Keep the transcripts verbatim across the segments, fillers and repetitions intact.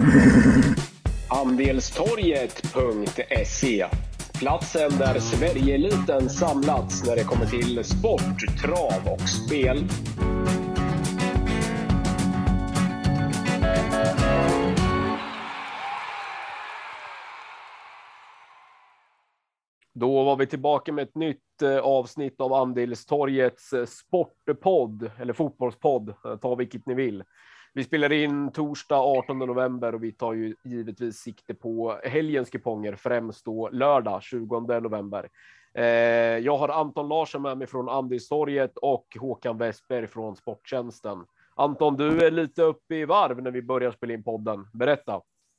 Andelstorget punkt se. Platsen där Sverigeeliten samlats när det kommer till sport, trav och spel. Då var vi tillbaka med ett nytt avsnitt av Andelstorgets sportpodd, eller fotbollspodd, ta vilket ni vill. Vi spelar in torsdag artonde november och vi tar ju givetvis sikte på helgens kuponger, främst då lördag tjugonde november. Jag har Anton Larsson med mig från Andelstorget och Håkan Westberg från Sporttjänsten. Anton, du är lite uppe i varv när vi börjar spela in podden. Berätta.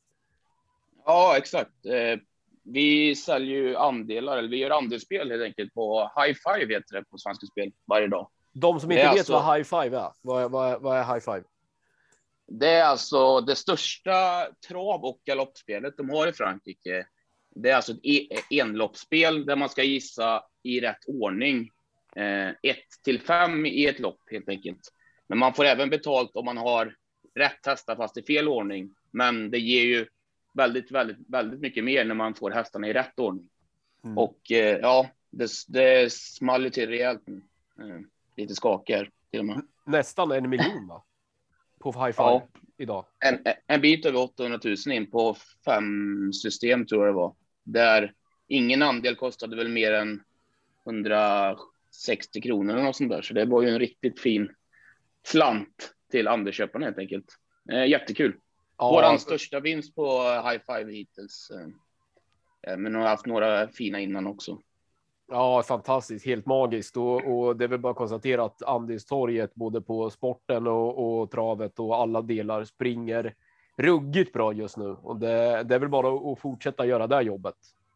Ja, exakt. Vi säljer ju andelar, eller vi gör andelsspel helt enkelt på High Five, heter det på Svenska Spel, varje dag. De som inte vet alltså, vad High Five är, vad är, vad är, vad är High Five? Det är alltså det största trav- och galoppspelet de har i Frankrike. Det är alltså ett enloppsspel där man ska gissa i rätt ordning. Eh, ett till fem i ett lopp helt enkelt. Men man får även betalt om man har rätt hästar fast i fel ordning. Men det ger ju väldigt, väldigt, väldigt mycket mer när man får hästarna i rätt ordning. Mm. Och eh, ja, det, det smaller till rejält nu. Eh, lite skakar till och med. Nästan en miljon va? På High Five ja, idag. En, en bit över åttahundratusen in på fem system tror jag det var. Där ingen andel kostade väl mer än hundrasextio kronor eller något sånt där. Så det var ju en riktigt fin slant till andelsköparna helt enkelt. Eh, jättekul. Ja. Våran största vinst på High Five hittills. Eh, men har haft några fina innan också. Ja, fantastiskt. Helt magiskt. Och, och det är väl bara att konstatera att Andelstorget både på sporten och, och travet och alla delar springer ruggigt bra just nu. Och det, det är väl bara att fortsätta göra det jobbet.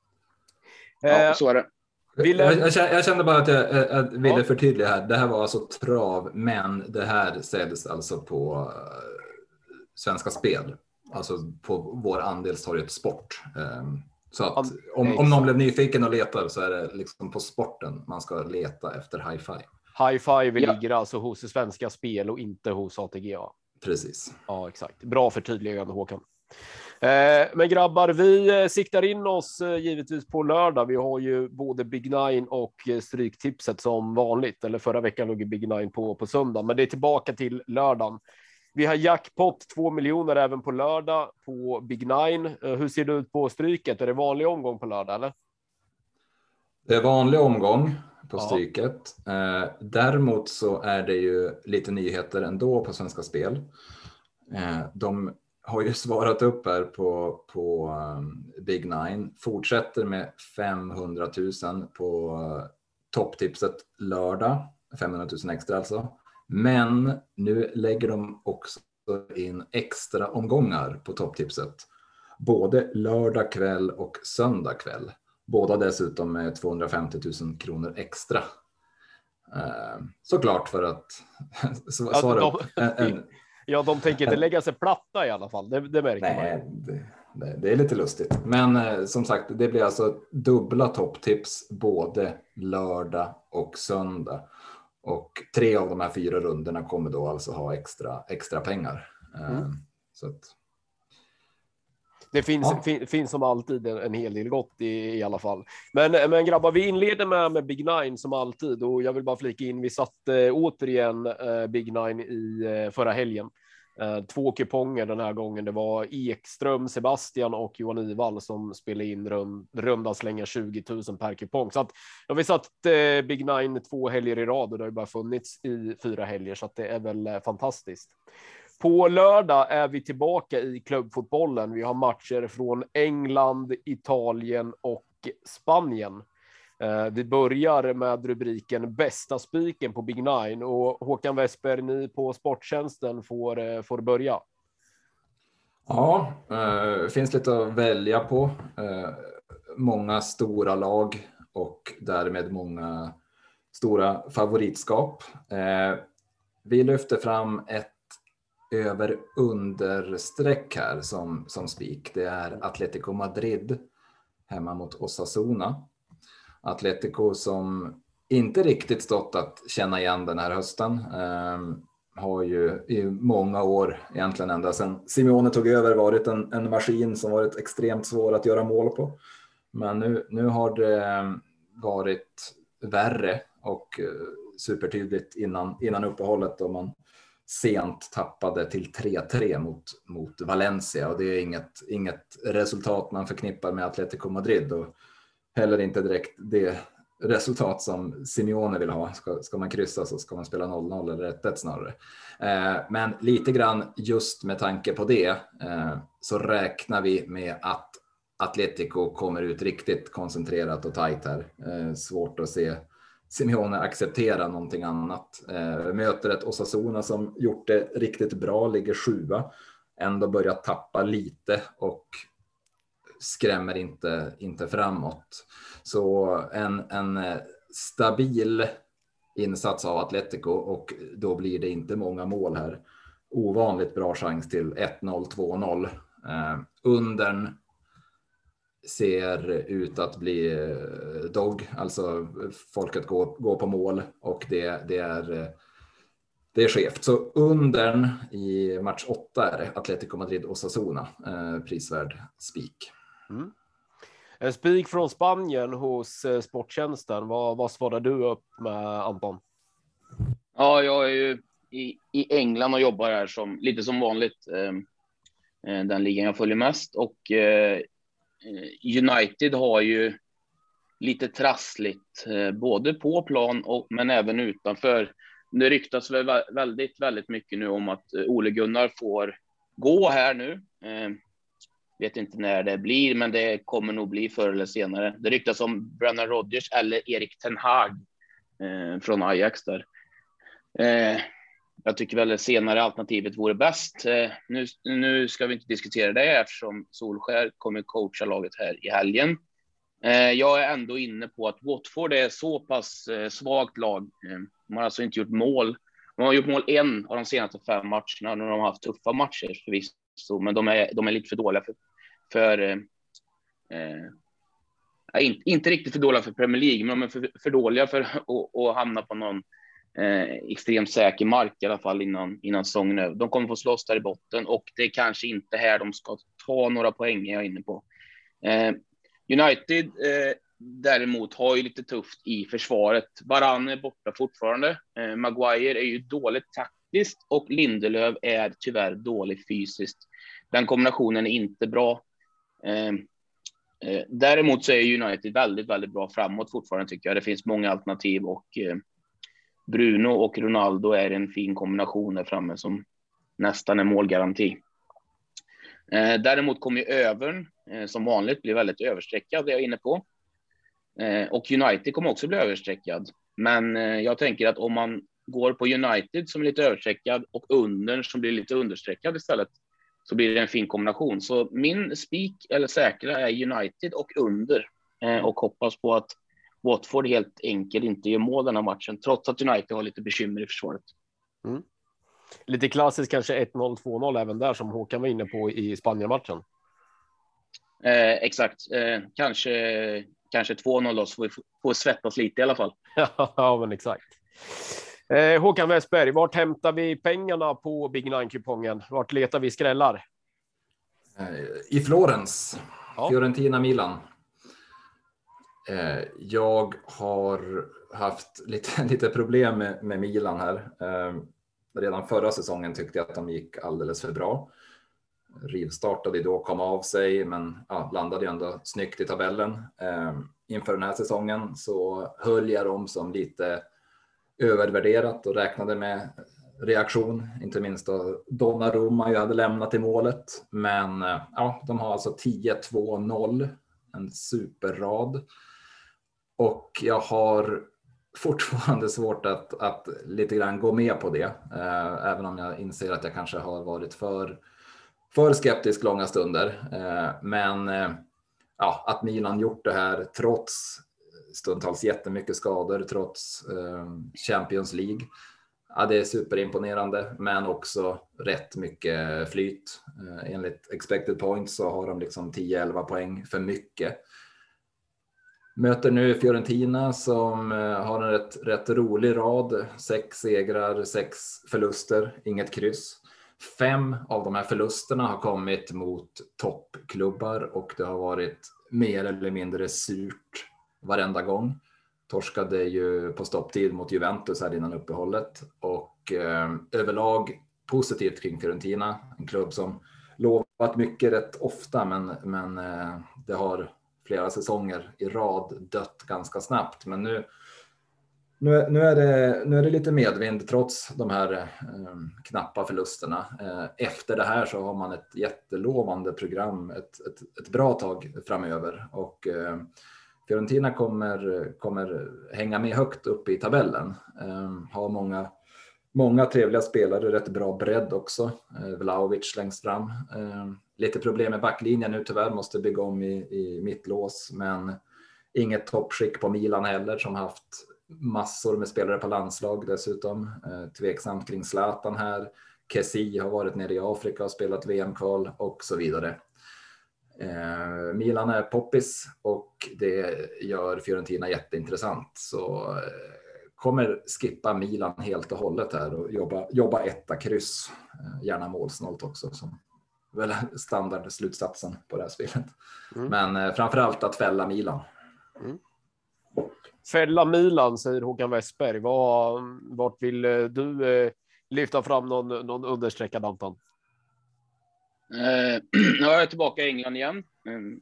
Ja, så är det. Ville... Jag, jag, jag kände bara att jag, jag ville ja. förtydliga här. Det här var alltså trav, men det här säljs alltså på uh, Svenska Spel. Alltså på vår Andelstorget sport. Um, Så att om, om någon blev nyfiken och letar så är det liksom på sporten man ska leta efter High Five. High Five ja. ligger alltså hos Svenska Spel och inte hos A T G A. Precis. Ja, exakt. Bra förtydligande, Håkan. Eh, men grabbar, vi siktar in oss eh, givetvis på lördag. Vi har ju både Big Nine och eh, Stryktipset som vanligt. Eller förra veckan låg Big Nine på, på söndag. Men det är tillbaka till lördagen. Vi har jackpot två miljoner även på lördag på Big Nine. Hur ser det ut på stryket? Är det vanlig omgång på lördag eller? Det är vanlig omgång på stryket. Ja. Eh, däremot så är det ju lite nyheter ändå på Svenska Spel. Eh, de har ju svarat upp här på, på um, Big Nine. Fortsätter med femhundratusen på uh, topptipset lördag. femhundratusen extra alltså. Men nu lägger de också in extra omgångar på topptipset. Både lördag kväll och söndag kväll. Båda dessutom med tvåhundrafemtiotusen kronor extra. Eh, såklart för att svara ja, upp. En, en, ja, de tänker inte lägga sig platta i alla fall. Det, det märker nej, man. Det, det, det är lite lustigt. Men eh, som sagt, det blir alltså dubbla topptips både lördag och söndag. Och tre av de här fyra rundorna kommer då alltså ha extra, extra pengar. Mm. Så att... Det finns, ja. fin, finns som alltid en, en hel del gott i, i alla fall. Men, men grabbar, vi inleder med, med Big Nine som alltid. Och jag vill bara flika in, vi satt eh, återigen eh, Big Nine i eh, förra helgen. Eh, två kuponger den här gången. Det var Ekström, Sebastian och Johan Iwall som spelade in rund, runda slänga tjugo tusen per kupong. Så att jag har satt eh, Big Nine två helger i rad och det har ju bara funnits i fyra helger. Så att det är väl eh, fantastiskt. På lördag är vi tillbaka i klubbfotbollen. Vi har matcher från England, Italien och Spanien. Vi börjar med rubriken bästa spiken på Big Nine. Och Håkan Westberg, ni på Sporttjänsten får, får börja. Ja, det finns lite att välja på. Många stora lag och därmed många stora favoritskap. Vi lyfter fram ett över understreck här som, som spik. Det är Atletico Madrid hemma mot Osasuna. Atletico som inte riktigt stått att känna igen den här hösten. har ju i många år, egentligen ända sedan Simeone tog över, varit en, en maskin som varit extremt svår att göra mål på. Men nu, nu har det varit värre och supertydligt innan, innan uppehållet då man sent tappade till tre tre mot, mot Valencia, och det är inget, inget resultat man förknippar med Atletico Madrid, och heller inte direkt det resultat som Simeone vill ha. Ska, ska man kryssa så ska man spela noll noll eller ett ett snarare. Eh, men lite grann just med tanke på det eh, så räknar vi med att Atletico kommer ut riktigt koncentrerat och tajt här. Eh, svårt att se Simeone acceptera någonting annat. Eh, möter ett Osasuna som gjort det riktigt bra, ligger sjua. Ändå börjar tappa lite och skrämmer inte, inte framåt. Så en, en stabil insats av Atletico, och då blir det inte många mål här. Ovanligt bra chans till ett noll, två noll. Eh, undern ser ut att bli dog, alltså folket går, går på mål, och det, det är det är skevt. Så undern i match åtta är det Atletico Madrid och Osasuna, eh, prisvärd spik. Mm. En spik från Spanien hos eh, Sporttjänsten. Vad, vad svarar du upp med, Anton? Ja, jag är ju i, i England och jobbar här som, lite som vanligt. Eh, den ligan jag följer mest. Och eh, United har ju lite trassligt, eh, både på plan och, men även utanför. Det ryktas väl väldigt, väldigt mycket nu om att Ole Gunnar får gå här nu. Eh, vet inte när det blir, men det kommer nog bli förr eller senare. Det ryktas om Brendan Rodgers eller Erik Ten Hag eh, från Ajax där. Eh, jag tycker väl det senare alternativet vore bäst. Eh, nu, nu ska vi inte diskutera det eftersom Solskär kommer coacha laget här i helgen. Eh, jag är ändå inne på att Watford är så pass eh, svagt lag. Eh, de har alltså inte gjort mål. De har gjort mål en av de senaste fem matcherna när de har haft tuffa matcher förvisso, men de är, de är lite för dåliga för, för eh, eh, inte, inte riktigt för dåliga för Premier League, men de är för, för dåliga för att, att hamna på någon eh, extremt säker mark i alla fall innan, innan säsongen över. De kommer få slåss där i botten, och det är kanske inte här de ska ta några poäng, jag är inne på. Eh, United eh, däremot har ju lite tufft i försvaret. Varane är borta fortfarande. Eh, Maguire är ju dåligt taktiskt, och Lindelöf är tyvärr dålig fysiskt. Den kombinationen är inte bra. Eh, eh, däremot så är United väldigt, väldigt bra framåt fortfarande, tycker jag. Det finns många alternativ, och eh, Bruno och Ronaldo är en fin kombination där framme som nästan är målgaranti. Eh, däremot kommer ju Övern eh, som vanligt bli väldigt översträckad, det är jag inne på. Eh, och United kommer också bli översträckad. Men eh, jag tänker att om man går på United som är lite översträckad och under som blir lite understräckad istället, så blir det en fin kombination. Så min spik eller säkra är United och under. Eh, och hoppas på att Watford helt enkelt inte gör mål den här matchen, trots att United har lite bekymmer i försvaret. Mm. Lite klassiskt kanske ett noll, två noll även där, som Håkan var inne på i Spanien-matchen. Eh, exakt. Eh, kanske, kanske två noll då, så vi får svettas lite i alla fall. Ja, men exakt. Eh, Håkan Westberg, vart hämtar vi pengarna på Big Nine-kupongen? Vart letar vi skrällar? I Florens, ja. Fiorentina Milan. Eh, jag har haft lite, lite problem med, med Milan här. Eh, redan förra säsongen tyckte jag att de gick alldeles för bra. Rivstartade då, kom av sig, men ja, landade ju ändå snyggt i tabellen. Eh, inför den här säsongen så höll jag dem som lite övervärderat och räknade med reaktion, inte minst då Donnarumma ju hade lämnat i målet. Men ja, de har alltså tio två noll, en superrad. Och jag har fortfarande svårt att, att lite grann gå med på det. Eh, även om jag inser att jag kanske har varit för, för skeptisk långa stunder. Eh, men eh, ja, att Milan gjort det här trots stundtals jättemycket skador, trots eh, Champions League. Ja, det är superimponerande, men också rätt mycket flyt. Eh, enligt expected points så har de liksom tio elva poäng för mycket. Möter nu Fiorentina som har en rätt, rätt rolig rad. Sex segrar, sex förluster, inget kryss. Fem av de här förlusterna har kommit mot toppklubbar och det har varit mer eller mindre surt varenda gång. Torskade ju på stopptid mot Juventus här innan uppehållet och eh, överlag positivt kring Fiorentina. En klubb som lovat mycket rätt ofta men, men eh, det har flera säsonger i rad dött ganska snabbt. Men nu, nu, nu, är, det, nu är det lite medvind trots de här eh, knappa förlusterna. Eh, efter det här så har man ett jättelovande program ett, ett, ett bra tag framöver. Och eh, Fiorentina kommer, kommer hänga med högt upp i tabellen. Eh, har många, många trevliga spelare, rätt bra bredd också. Eh, Vlahovic längst fram. Eh, lite problem med backlinjen nu tyvärr, måste bygga om i, i mittlås. Men inget toppskick på Milan heller som haft massor med spelare på landslag dessutom. Eh, tveksamt kring Zlatan här. Kessi har varit nere i Afrika och spelat V M-kval och så vidare. Eh, Milan är poppis och det gör Fiorentina jätteintressant. Så eh, kommer skippa Milan helt och hållet här och jobba, jobba etta kryss. Eh, gärna målsnålt också som väl standard slutsatsen på det här spelet. Mm. Men eh, framförallt att fälla Milan. Mm. Fälla Milan, säger Håkan Westberg. Var, vart vill du eh, lyfta fram någon, någon understreckad Anton? Eh, nu är jag tillbaka i England igen. Eh,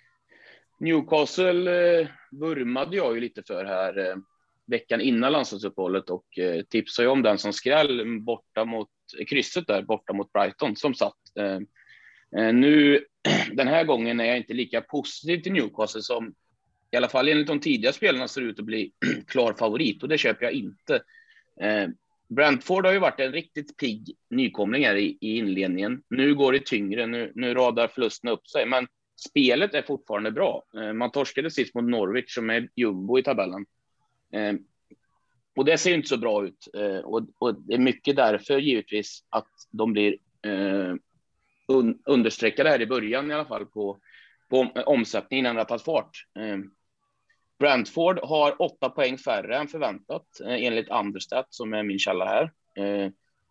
Newcastle eh, vurmade jag ju lite för här eh, veckan innan landslagsuppehållet och eh, tipsade om den som skräll borta mot krysset där, borta mot Brighton som satt. Eh, eh, nu, den här gången är jag inte lika positiv till Newcastle som i alla fall enligt de tidiga spelarna ser ut att bli klar favorit och det köper jag inte. Eh, Brentford har ju varit en riktigt pigg nykomling här i, i inledningen. Nu går det tyngre, nu, nu radar förlusten upp sig. Men spelet är fortfarande bra. Eh, man torskade sist mot Norwich som är jumbo i tabellen. Eh, och det ser ju inte så bra ut. Eh, och, och det är mycket därför givetvis att de blir eh, un, understreckade här i början i alla fall på, på omsättningen innan det har tagit fart. Eh, Brentford har åtta poäng färre än förväntat eh, enligt Understat som är min källa här. Eh,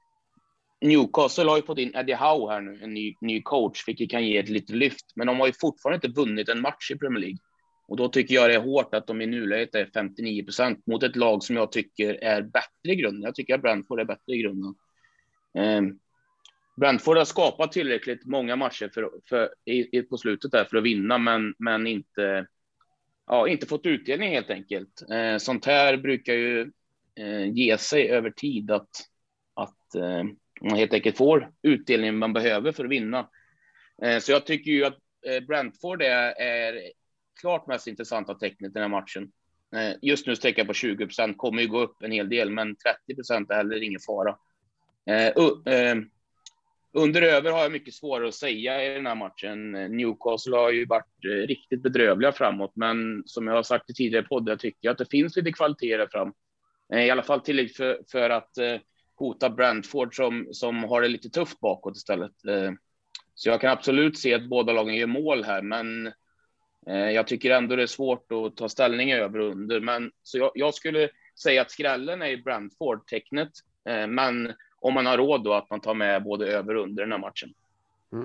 Newcastle har ju fått in Eddie Howe här nu, en ny, ny coach, vilket kan ge ett litet lyft. Men de har ju fortfarande inte vunnit en match i Premier League. Och då tycker jag det är hårt att de i nuläget är femtionio procent mot ett lag som jag tycker är bättre i grunden. Jag tycker att Brentford är bättre i grunden. Eh, Brentford har skapat tillräckligt många matcher för, för, i, i, på slutet där för att vinna, men, men inte... Ja, inte fått utdelning helt enkelt. Eh, sånt här brukar ju eh, ge sig över tid att, att eh, man helt enkelt får utdelningen man behöver för att vinna. Eh, så jag tycker ju att eh, Brentford är, är klart mest intressanta tecknet i den här matchen. Eh, just nu sträcker på tjugo procent, kommer ju gå upp en hel del, men trettio procent är heller ingen fara. Eh, uh, eh, Under över har jag mycket svårare att säga i den här matchen. Newcastle har ju varit eh, riktigt bedrövliga framåt, men som jag har sagt i tidigare poddar tycker jag att det finns lite kvaliteter fram. Eh, I alla fall tillräckligt för, för att eh, hota Brentford som, som har det lite tufft bakåt istället. Eh, så jag kan absolut se att båda lagen gör mål här, men eh, jag tycker ändå det är svårt att ta ställning över och under. Men, så jag, jag skulle säga att skrällen är i Brentford-tecknet, eh, men om man har råd då att man tar med både över och under den här matchen. Mm.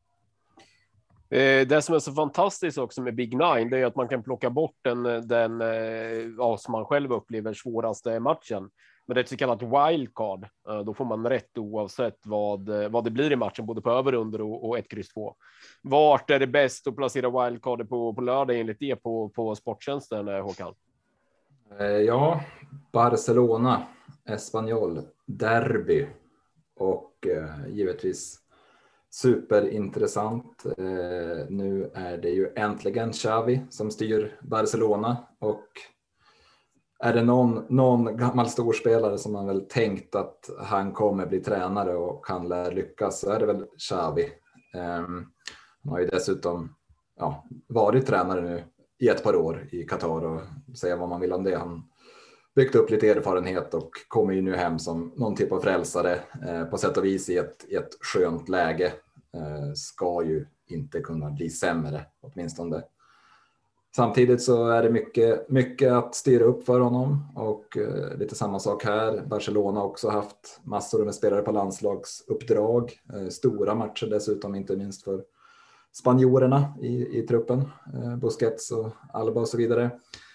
Eh, det som är så fantastiskt också med Big Nine, det är att man kan plocka bort den, den eh, ja, som man själv upplever svåraste matchen. Men det är ett så kallat wildcard. Eh, då får man rätt oavsett vad, vad det blir i matchen, både på över, under och, och ett kryss två. Vart är det bäst att placera wildcardet på, på lördag enligt det på, på Sporttjänsten, Håkan? Eh, ja, Barcelona, Espanyol, derby och eh, givetvis superintressant. Eh, nu är det ju äntligen Xavi som styr Barcelona och är det någon, någon gammal storspelare som man väl tänkt att han kommer bli tränare och han lär lyckas, så är det väl Xavi. Eh, han har ju dessutom ja, varit tränare nu i ett par år i Qatar och säga vad man vill om det. Han byggt upp lite erfarenhet och kommer ju nu hem som någon typ av frälsare eh, på sätt och vis i ett, i ett skönt läge. Eh, ska ju inte kunna bli sämre åtminstone. Samtidigt så är det mycket, mycket att styra upp för honom och eh, lite samma sak här. Barcelona har också haft massor med spelare på landslagsuppdrag. Eh, stora matcher dessutom, inte minst för spanjorerna i, i truppen. Eh, Busquets och Alba och så vidare.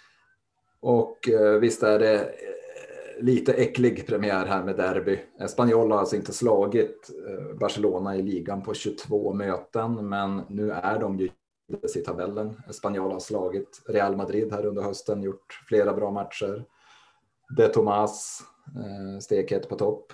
Och eh, visst är det eh, lite äcklig premiär här med derby. Espanyol har alltså inte slagit eh, Barcelona i ligan på tjugotvå möten, men nu är de ju i tabellen. Espanyol har slagit Real Madrid här under hösten, gjort flera bra matcher. De Tomas eh, stekhet på topp.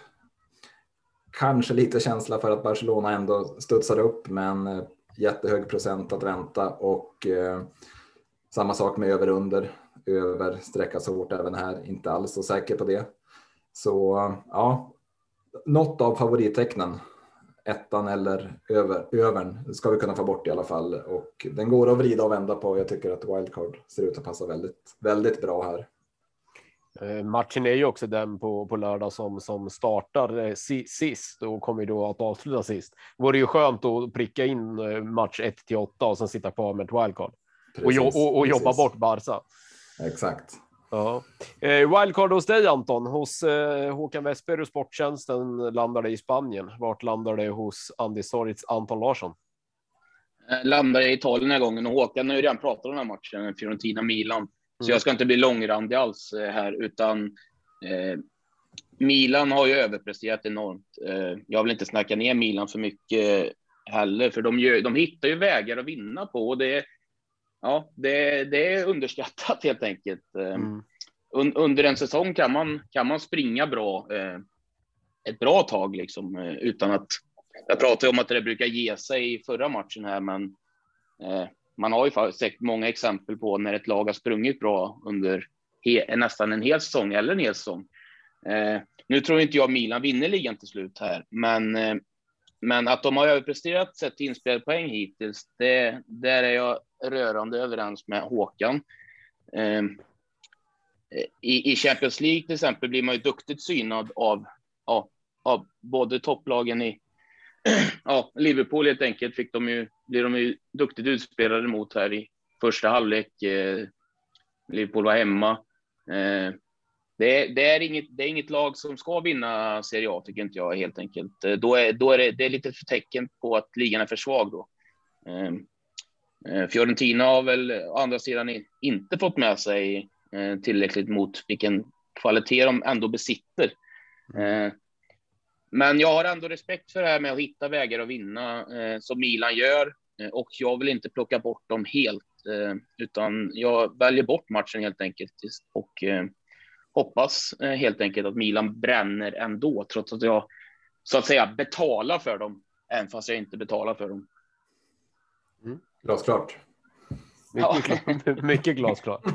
Kanske lite känsla för att Barcelona ändå studsar upp, men eh, jättehög procent att vänta och eh, samma sak med över under. Över sträckas hårt även här, inte alls så säker på det. Så ja, något av favorittecknen, ettan eller över, övern, ska vi kunna få bort i alla fall. Och den går att vrida och vända på. Jag tycker att wildcard ser ut att passa väldigt, väldigt bra här. Eh, matchen är ju också den på, på lördag som, som startar eh, si, sist och kommer då att avsluta sist. Det vore ju skönt att pricka in eh, match ett till åtta och sen sitta kvar med ett wildcard. Precis, och, och, och jobba bort Barca. Exakt. Ja. Eh, wildcard hos dig Anton, hos eh, Håkan Westberg och Sporttjänsten landade i Spanien. Vart landar det hos Andy Soritz Anton Larsson? Landade i Italien den här gången och Håkan har ju redan pratat om den här matchen, Fiorentina-Milan. Mm. Så jag ska inte bli långrandig alls här, utan eh, Milan har ju överpresterat enormt. Eh, jag vill inte snacka ner Milan för mycket heller, för de, gör, de hittar ju vägar att vinna på och det, ja, det, det är underskattat helt enkelt. Mm. Un, under en säsong kan man, kan man springa bra eh, ett bra tag liksom, eh, utan att, jag pratade om att det brukar ge sig i förra matchen här, men eh, man har ju sett många exempel på när ett lag har sprungit bra under he, nästan en hel säsong eller en hel säsong. Eh, nu tror inte jag Milan vinner ligan till slut här, men, eh, men att de har överpresterat sett till inspelad poäng hittills, det, där är jag rörande överens med Håkan. Eh, i, I Champions League till exempel blir man ju duktigt synad av, ja, av både topplagen i ja, Liverpool helt enkelt fick de ju, blir de ju duktigt utspelade mot här i första halvlek. Eh, Liverpool var hemma. Eh, det, det, är inget, det är inget lag som ska vinna Serie A, tycker inte jag helt enkelt. Eh, då är, då är det, det är lite för tecken på att ligan är för svag då. Eh, eh, Fiorentina har väl å andra sidan inte fått med sig eh, tillräckligt mot vilken kvalitet de ändå besitter. Eh, Men jag har ändå respekt för det här med att hitta vägar att vinna eh, som Milan gör. Eh, och jag vill inte plocka bort dem helt. Eh, utan jag väljer bort matchen helt enkelt. Och eh, hoppas eh, helt enkelt att Milan bränner ändå. Trots att jag så att säga betalar för dem. Även fast jag inte betalar för dem. Mm. Glasklart. Mycket, ja. mycket glasklart.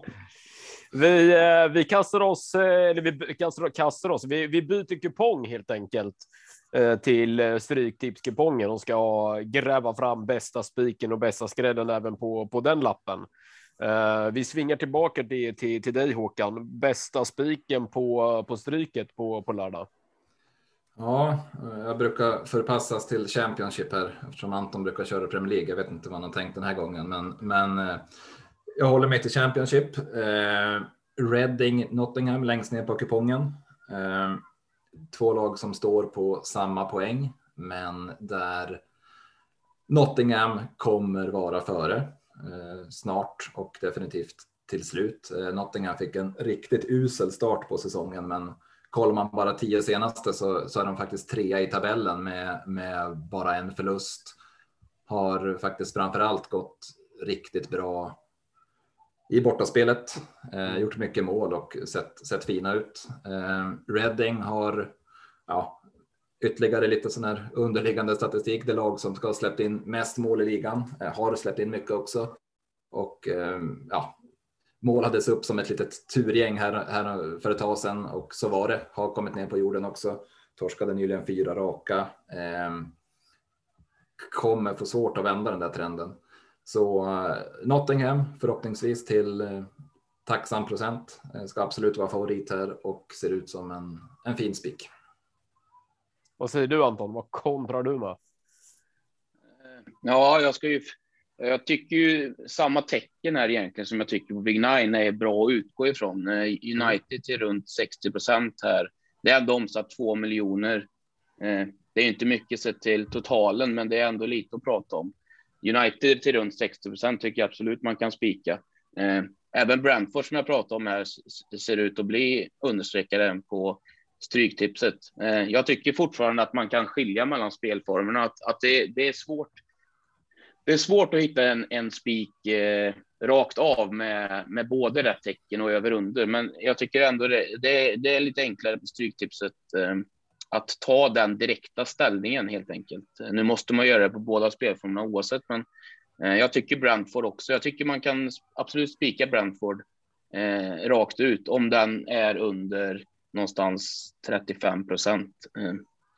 Vi, vi kastar oss, eller vi kastar, kastar oss, vi, vi byter kupong helt enkelt till stryktipskupongen och ska gräva fram bästa spiken och bästa skrällen även på, på den lappen. Vi svingar tillbaka det till, till dig Håkan, bästa spiken på, på stryket på, på lördag. Ja, jag brukar förpassas till Championship här eftersom Anton brukar köra Premier League. Jag vet inte vad han har tänkt den här gången, men, men jag håller mig till Championship. Eh, Reading, Nottingham längst ner på kupongen. Eh, två lag som står på samma poäng, men där Nottingham kommer vara före eh, snart och definitivt till slut. Eh, Nottingham fick en riktigt usel start på säsongen, men kollar man bara tio senaste så, så är de faktiskt trea i tabellen med, med bara en förlust. Har faktiskt framförallt gått riktigt bra i bortaspelet, eh, gjort mycket mål och sett, sett fina ut. Eh, Reading har ja, ytterligare lite sån här underliggande statistik. Det lag som ska ha släppt in mest mål i ligan eh, har släppt in mycket också. Och eh, ja, mål hades upp som ett litet turgäng här, här för ett tag sedan och så var det. Har kommit ner på jorden också. Torskade nyligen fyra raka. Eh, kommer få svårt att vända den där trenden. Så uh, Nottingham förhoppningsvis till uh, tacksam procent. Uh, ska absolut vara favorit här och ser ut som en, en fin spik. Vad säger du Anton? Vad kontrar du med? Ja, jag ska ju Jag tycker ju samma tecken här egentligen som jag tycker på Big Nine är bra att utgå ifrån. United till runt sextio procent här. Det är ändå omsatt två miljoner. Det är inte mycket sett till totalen, men det är ändå lite att prata om. United till runt sextio procent tycker jag absolut man kan spika. Även Brentford som jag pratade om här ser ut att bli understreckare på stryktipset. Jag tycker fortfarande att man kan skilja mellan spelformerna. Att, att det, det är svårt. Det är svårt att hitta en, en spik eh, rakt av med, med både rätt tecken och över under. Men jag tycker ändå det, det, det är lite enklare på stryktipset eh, att ta den direkta ställningen helt enkelt. Nu måste man göra det på båda spelformerna oavsett, men eh, jag tycker Brentford också. Jag tycker man kan absolut spika Brentford eh, rakt ut om den är under någonstans trettiofem procent. Eh.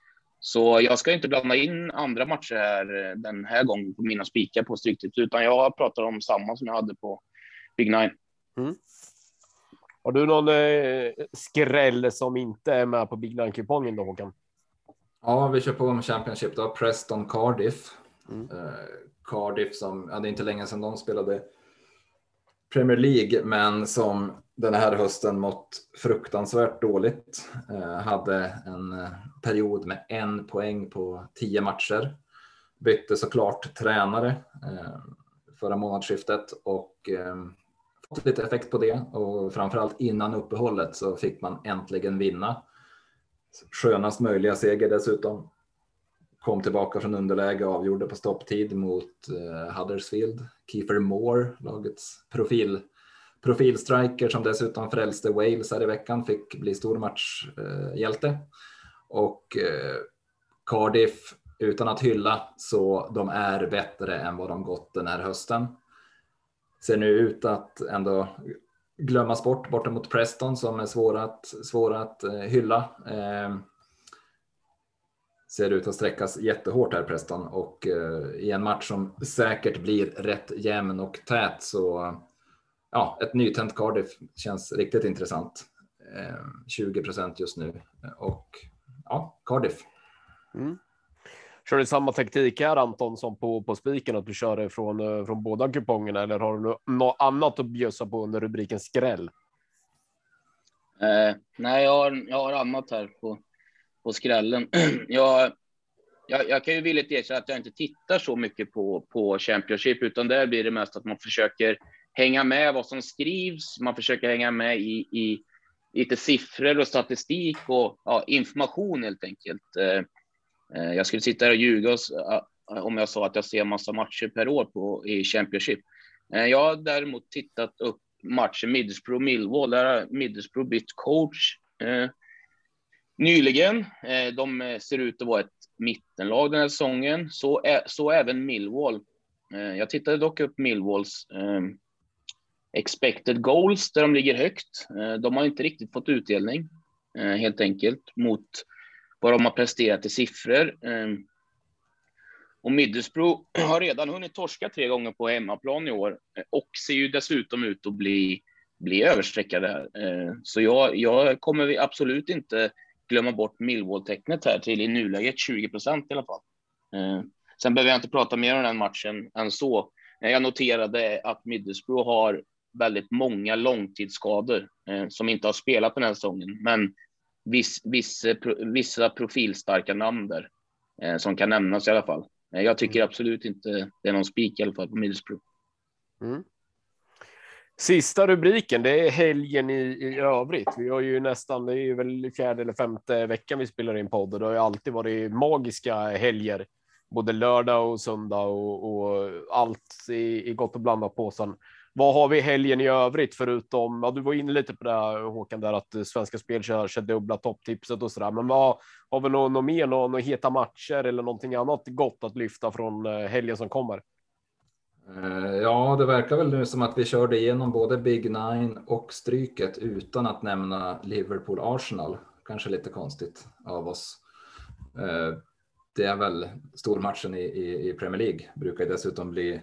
Så jag ska inte blanda in andra matcher här den här gången på mina spikar på Stryktips, utan jag pratar om samma som jag hade på Big Nine. Mm. Har du någon eh, skräll som inte är med på Big Nine-kupongen då, Håkan? Ja, vi kör på med Championship då. Preston Cardiff. Mm. Eh, Cardiff som, ja, det är inte länge sedan de spelade Premier League, men som den här hösten mått fruktansvärt dåligt. Eh, hade en eh, period med en poäng på tio matcher. Bytte såklart tränare eh, förra månadsskiftet och eh, fått lite effekt på det. Och framförallt innan uppehållet så fick man äntligen vinna. Skönast möjliga seger dessutom. Kom tillbaka från underläge och avgjorde på stopptid mot eh, Huddersfield. Kiefer Moore, lagets profil, profilstriker som dessutom frälste Wales här i veckan, fick bli stormatchhjälte. Eh, och eh, Cardiff, utan att hylla, så de är bättre än vad de gått den här hösten. Ser nu ut att ändå glömmas bort borta mot Preston som är svåra att, svåra att eh, hylla. Eh, ser ut att sträckas jättehårt här Preston, och eh, i en match som säkert blir rätt jämn och tät, så ja, ett nytänt Cardiff känns riktigt intressant. Eh, tjugo procent just nu, och ja, Cardiff. Mm. Kör du samma taktik här, Anton, som på, på spiken, att du kör det från, från båda kupongerna, eller har du något annat att bjösa på under rubriken skräll? Eh, nej, jag har, jag har annat här på på skrällen. Jag, jag, jag kan ju villigt erkänna att jag inte tittar så mycket på, på Championship, utan där blir det mest att man försöker hänga med vad som skrivs. Man försöker hänga med i, i lite siffror och statistik och ja, information helt enkelt. Eh, jag skulle sitta här och ljuga om jag sa att jag ser massa matcher per år på, i Championship. Eh, jag har däremot tittat upp matchen Middlesbrough-Millwall. Där har Middlesbrough bytt coach eh, nyligen. De ser ut att vara ett mittenlag den här säsongen. Så, är, så även Millwall. Jag tittade dock upp Millwalls eh, expected goals, där de ligger högt. De har inte riktigt fått utdelning, eh, helt enkelt, mot vad de har presterat i siffror. Eh, och Middlesbrough har redan hunnit torska tre gånger på hemmaplan i år, och ser ju dessutom ut att bli, bli översträckade här. Eh, så jag, jag kommer absolut inte glömma bort Millwall-tecknet här till i nuläget tjugo procent i alla fall. Eh, sen behöver jag inte prata mer om den matchen än så. Eh, jag noterade att Middlesbrough har väldigt många långtidsskador eh, som inte har spelat den här säsongen, men viss, viss, pro, vissa profilstarka namn där eh, som kan nämnas i alla fall. Eh, jag tycker absolut inte det är någon spik i alla fall på Middlesbrough. Mm. Sista rubriken, det är helgen i, i övrigt. Vi har ju nästan, det är ju väl fjärde eller femte veckan vi spelar in podd, och det har ju alltid varit magiska helger. Både lördag och söndag och, och allt i, i gott och blandat påsen. Vad har vi helgen i övrigt förutom, ja, du var inne lite på det här, Håkan, där att Svenska Spel kör, kör dubbla topptipset och sådär. Men vad har vi någon, någon mer, någon, någon heta matcher eller någonting annat gott att lyfta från helgen som kommer? Ja, det verkar väl nu som att vi körde igenom både Big Nine och stryket utan att nämna Liverpool-Arsenal. Kanske lite konstigt av oss. Det är väl stormatchen i, i, i Premier League. Brukar dessutom bli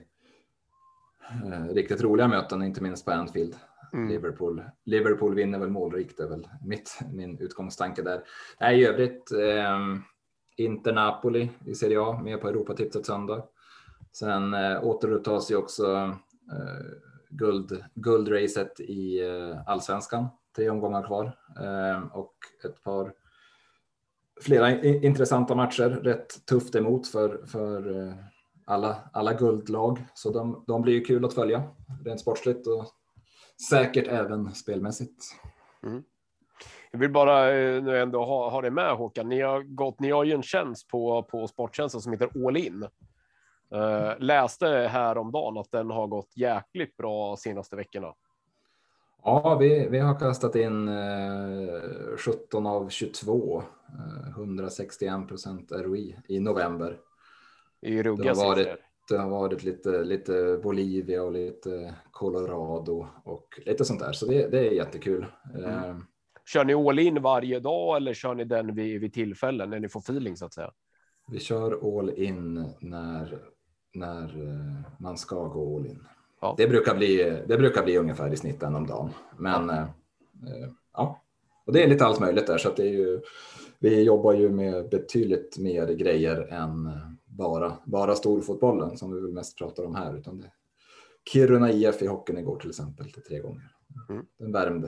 riktigt roliga möten, inte minst på Anfield. Mm. Liverpool, Liverpool vinner väl målrikt, är väl mitt, min utgångstanke där. Nej, i övrigt eh, Inter Napoli i Serie A, med på Europatipset söndag. Sen eh, återupptas ju också eh, guld, guldracet i eh, allsvenskan. Tre omgångar kvar eh, och ett par flera i, intressanta matcher. Rätt tufft emot för, för eh, alla, alla guldlag. Så de, de blir ju kul att följa rent sportsligt och säkert även spelmässigt. Mm. Jag vill bara nu ändå ha, ha det med, Håkan. Ni har, gått, ni har ju en tjänst på, på Sporttjänsten som heter All In. Uh, läste här om dagen att den har gått jäkligt bra senaste veckorna. Ja, vi, vi har kastat in eh, sjutton av tjugotvå, eh, hundrasextioen procent R O I i november. I det, har varit, siffror. det har varit lite, lite Bolivia och lite Colorado och lite sånt där. Så det, det är jättekul. Mm. Eh, Kör ni all in varje dag eller kör ni den vid, vid tillfällen när ni får feeling så att säga? Vi kör all in när, när man ska gå all in. Ja. Det, brukar bli, det brukar bli ungefär i snitt en om dagen. Men ja. Eh, ja, och det är lite allt möjligt där. Så att det är ju, vi jobbar ju med betydligt mer grejer än bara, bara storfotbollen som vi väl mest pratar om här. Utan det, Kiruna I F i hockeyn igår till exempel till tre gånger. Mm. Den värmde.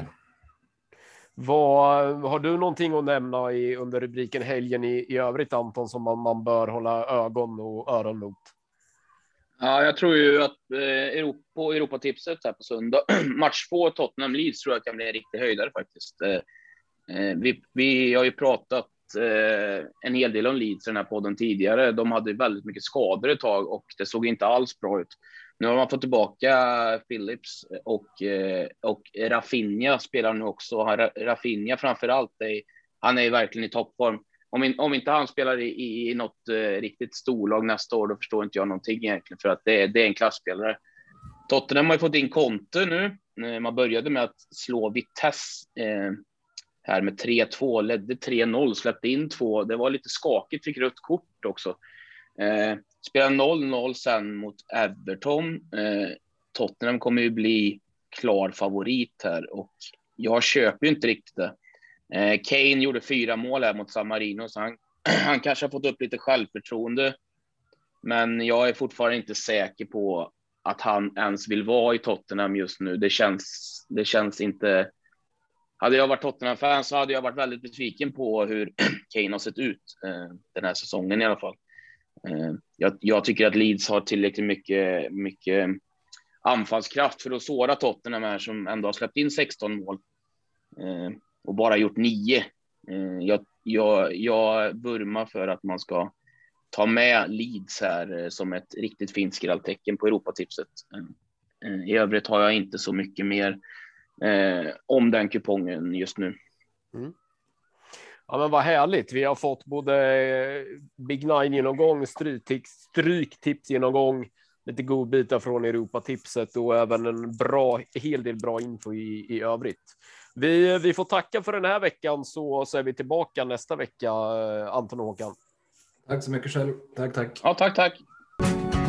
Vad, har du någonting att nämna i, under rubriken helgen i, i övrigt, Anton, som man, man bör hålla ögon och öron mot? Ja, jag tror ju att eh, Europa, på Europatipset här på söndag, match två Tottenham Leeds tror jag kan bli en riktig höjdare faktiskt. Eh, vi, vi har ju pratat eh, en hel del om Leeds i den här podden tidigare. De hade väldigt mycket skador ett tag och det såg inte alls bra ut. Nu har man fått tillbaka Phillips och, eh, och Rafinha spelar nu också. Rafinha framför allt, är, han är verkligen i toppform. Om, in, om inte han spelar i, i, i något eh, riktigt storlag nästa år, då förstår inte jag någonting egentligen, för att det är, det är en klassspelare. Tottenham har ju fått in Conte nu. Eh, man började med att slå Vitesse eh, här med tre två, ledde tre noll, släppte in två. Det var lite skakigt, fick rött kort också. Eh, spelar noll noll sen mot Everton. Eh, Tottenham kommer ju bli klar favorit här och jag köper ju inte riktigt det. Eh, Kane gjorde fyra mål här mot San Marino, så han, han kanske har fått upp lite självförtroende. Men jag är fortfarande inte säker på att han ens vill vara i Tottenham just nu. Det känns, det känns inte... Hade jag varit Tottenham-fan så hade jag varit väldigt besviken på hur Kane har sett ut eh, den här säsongen i alla fall. Eh, jag, jag tycker att Leeds har tillräckligt mycket, mycket anfallskraft för att såra Tottenham här, som ändå har släppt in sexton mål. Eh, och bara gjort nio. Eh, jag, jag, jag vurmar för att man ska ta med Leeds här eh, som ett riktigt fint skrälltecken på Europatipset. Eh, eh, I övrigt har jag inte så mycket mer eh, om den kupongen just nu. Mm. Ja, men vad härligt. Vi har fått både Big Nine-genomgång, stryktips, stryktips-genomgång, lite godbitar från Europatipset och även en bra, hel del bra info i, i övrigt. Vi, vi får tacka för den här veckan, så, så är vi tillbaka nästa vecka, Anton och Håkan. Tack så mycket själv. Tack, tack. Ja, tack, tack.